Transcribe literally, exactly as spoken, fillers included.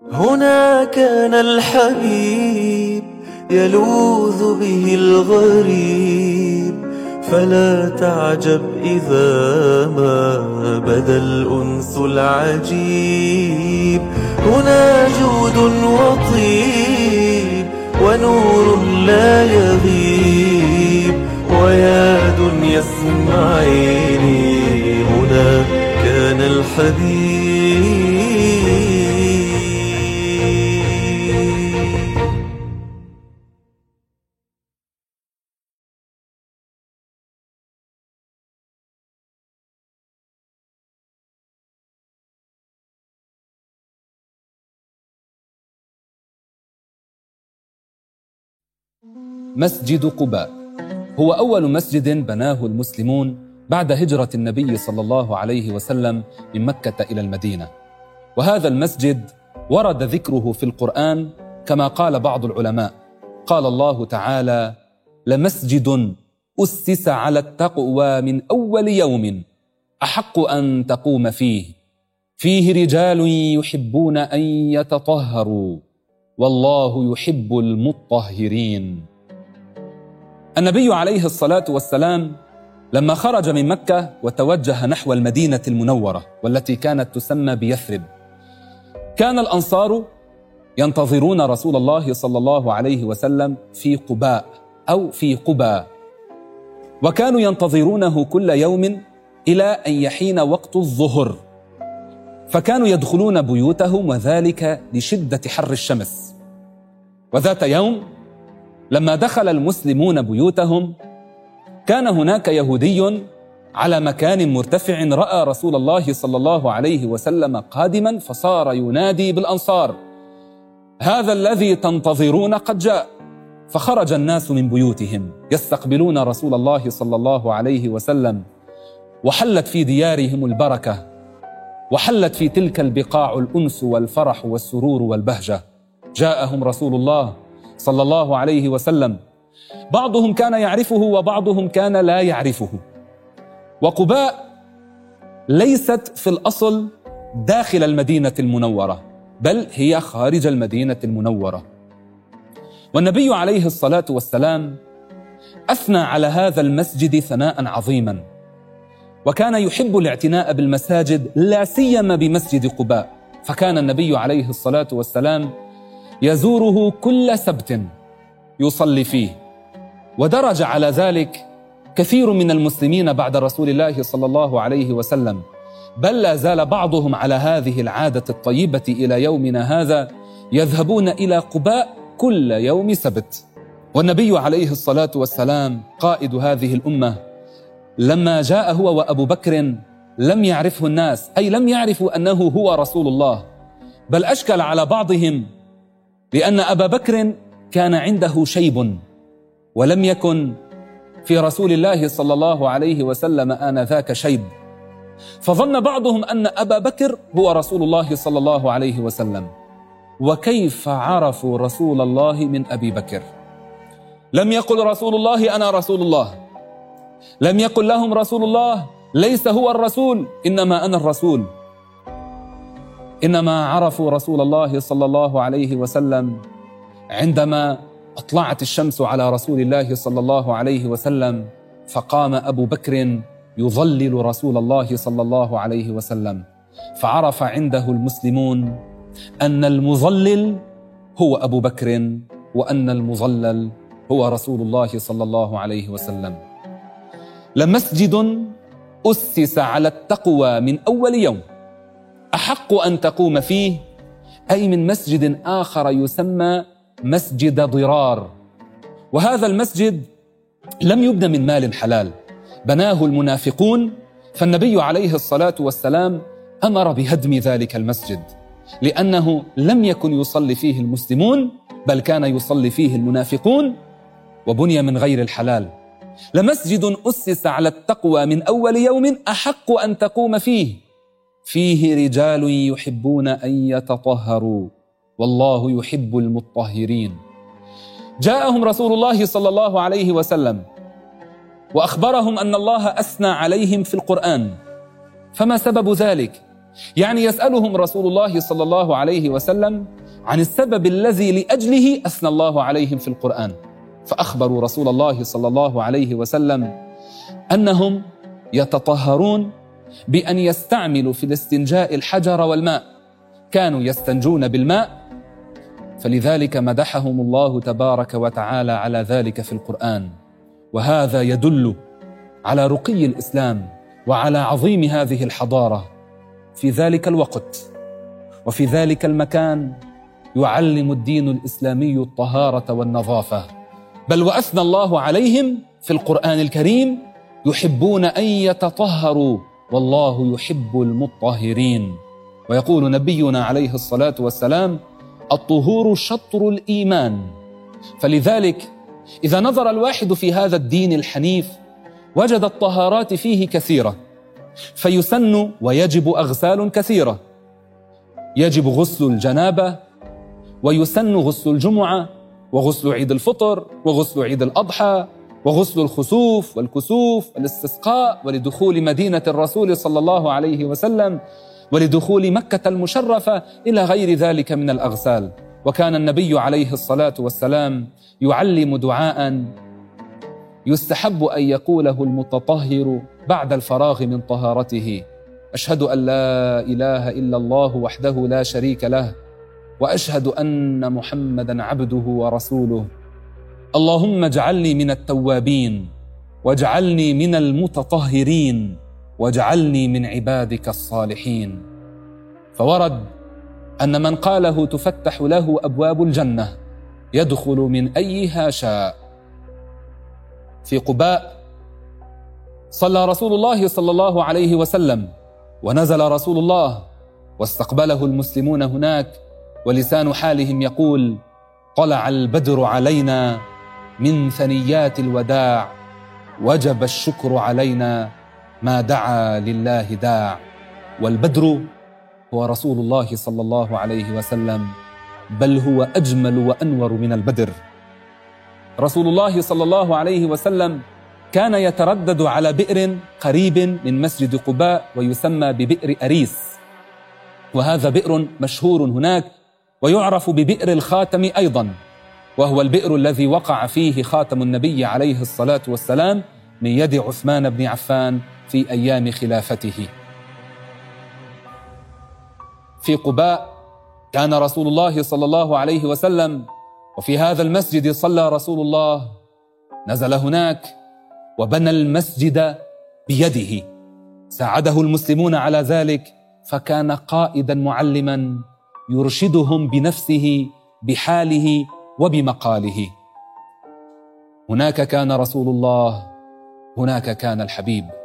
هنا كان الحبيب يلوذ به الغريب، فلا تعجب إذا ما بدا الأنس العجيب. هنا جود وطيب ونور لا يغيب، ويا دنيا اسمعيني هنا كان الحبيب. مسجد قباء هو أول مسجد بناه المسلمون بعد هجرة النبي صلى الله عليه وسلم من مكة إلى المدينة. وهذا المسجد ورد ذكره في القرآن كما قال بعض العلماء، قال الله تعالى: لمسجد أسس على التقوى من أول يوم أحق أن تقوم فيه فيه رجال يحبون أن يتطهروا والله يحب المطهرين. النبي عليه الصلاة والسلام لما خرج من مكة وتوجه نحو المدينة المنورة والتي كانت تسمى بيثرب، كان الأنصار ينتظرون رسول الله صلى الله عليه وسلم في قباء أو في قباء، وكانوا ينتظرونه كل يوم إلى أن يحين وقت الظهر، فكانوا يدخلون بيوتهم وذلك لشدة حر الشمس. وذات يوم لما دخل المسلمون بيوتهم كان هناك يهودي على مكان مرتفع رأى رسول الله صلى الله عليه وسلم قادما، فصار ينادي بالأنصار: هذا الذي تنتظرون قد جاء. فخرج الناس من بيوتهم يستقبلون رسول الله صلى الله عليه وسلم، وحلت في ديارهم البركة، وحلت في تلك البقاع الأنس والفرح والسرور والبهجة. جاءهم رسول الله صلى الله عليه وسلم، بعضهم كان يعرفه وبعضهم كان لا يعرفه. وقباء ليست في الأصل داخل المدينة المنورة، بل هي خارج المدينة المنورة. والنبي عليه الصلاة والسلام أثنى على هذا المسجد ثناء عظيما، وكان يحب الاعتناء بالمساجد لا سيما بمسجد قباء، فكان النبي عليه الصلاة والسلام يزوره كل سبت يصلي فيه. ودرج على ذلك كثير من المسلمين بعد رسول الله صلى الله عليه وسلم، بل لا زال بعضهم على هذه العادة الطيبة إلى يومنا هذا، يذهبون إلى قباء كل يوم سبت. والنبي عليه الصلاة والسلام قائد هذه الأمة لما جاء هو وأبو بكر لم يعرفه الناس، أي لم يعرفوا أنه هو رسول الله، بل أشكل على بعضهم لأن أبا بكر كان عنده شيب ولم يكن في رسول الله صلى الله عليه وسلم آنذاك شيب، فظن بعضهم أن أبا بكر هو رسول الله صلى الله عليه وسلم. وكيف عرفوا رسول الله من أبي بكر؟ لم يقل رسول الله أنا رسول الله، لم يقل لهم رسول الله ليس هو الرسول إنما أنا الرسول، إنما عرفوا رسول الله صلى الله عليه وسلم عندما أطلعت الشمس على رسول الله صلى الله عليه وسلم، فقام أبو بكر يظلل رسول الله صلى الله عليه وسلم، فعرف عنده المسلمون أن المظلل هو أبو بكر وأن المظلل هو رسول الله صلى الله عليه وسلم. لمسجد أسس على التقوى من أول يوم أحق أن تقوم فيه، أي من مسجد آخر يسمى مسجد ضرار. وهذا المسجد لم يبنى من مال حلال، بناه المنافقون، فالنبي عليه الصلاة والسلام أمر بهدم ذلك المسجد لأنه لم يكن يصلي فيه المسلمون بل كان يصلي فيه المنافقون، وبني من غير الحلال. لمسجد أسس على التقوى من أول يوم أحق أن تقوم فيه فيه رجال يحبون أن يتطهروا والله يحب المطهرين. جاءهم رسول الله صلى الله عليه وسلم وأخبرهم أن الله أثنى عليهم في القرآن، فما سبب ذلك؟ يعني يسألهم رسول الله صلى الله عليه وسلم عن السبب الذي لأجله أثنى الله عليهم في القرآن، فأخبروا رسول الله صلى الله عليه وسلم أنهم يتطهرون بأن يستعملوا في الاستنجاء الحجر والماء، كانوا يستنجون بالماء، فلذلك مدحهم الله تبارك وتعالى على ذلك في القرآن. وهذا يدل على رقي الإسلام وعلى عظيم هذه الحضارة. في ذلك الوقت وفي ذلك المكان يعلم الدين الإسلامي الطهارة والنظافة، بل وأثنى الله عليهم في القرآن الكريم يحبون أن يتطهروا والله يحب المطهرين. ويقول نبينا عليه الصلاة والسلام: الطهور شطر الإيمان. فلذلك إذا نظر الواحد في هذا الدين الحنيف وجد الطهارات فيه كثيرة، فيسن ويجب أغسال كثيرة. يجب غسل الجنابة، ويسن غسل الجمعة، وغسل عيد الفطر، وغسل عيد الأضحى، وغسل الخسوف والكسوف والاستسقاء، ولدخول مدينة الرسول صلى الله عليه وسلم، ولدخول مكة المشرفة، إلى غير ذلك من الأغسال. وكان النبي عليه الصلاة والسلام يعلم دعاء يستحب أن يقوله المتطهر بعد الفراغ من طهارته: أشهد أن لا إله إلا الله وحده لا شريك له، وأشهد أن محمدًا عبده ورسوله، اللهم اجعلني من التوابين، واجعلني من المتطهرين، واجعلني من عبادك الصالحين. فورد أن من قاله تفتح له أبواب الجنة، يدخل من أيها شاء. في قباء صلى رسول الله صلى الله عليه وسلم، ونزل رسول الله واستقبله المسلمون هناك، ولسان حالهم يقول: طلع البدر علينا من ثنيات الوداع، وجب الشكر علينا ما دعا لله داع. والبدر هو رسول الله صلى الله عليه وسلم، بل هو أجمل وأنور من البدر. رسول الله صلى الله عليه وسلم كان يتردد على بئر قريب من مسجد قباء ويسمى ببئر أريس، وهذا بئر مشهور هناك ويعرف ببئر الخاتم أيضا، وهو البئر الذي وقع فيه خاتم النبي عليه الصلاة والسلام من يد عثمان بن عفان في أيام خلافته. في قباء كان رسول الله صلى الله عليه وسلم، وفي هذا المسجد صلى رسول الله. نزل هناك وبنى المسجد بيده، ساعده المسلمون على ذلك، فكان قائدا معلما يرشدهم بنفسه بحاله وبمقاله. هناك كان رسول الله، هناك كان الحبيب.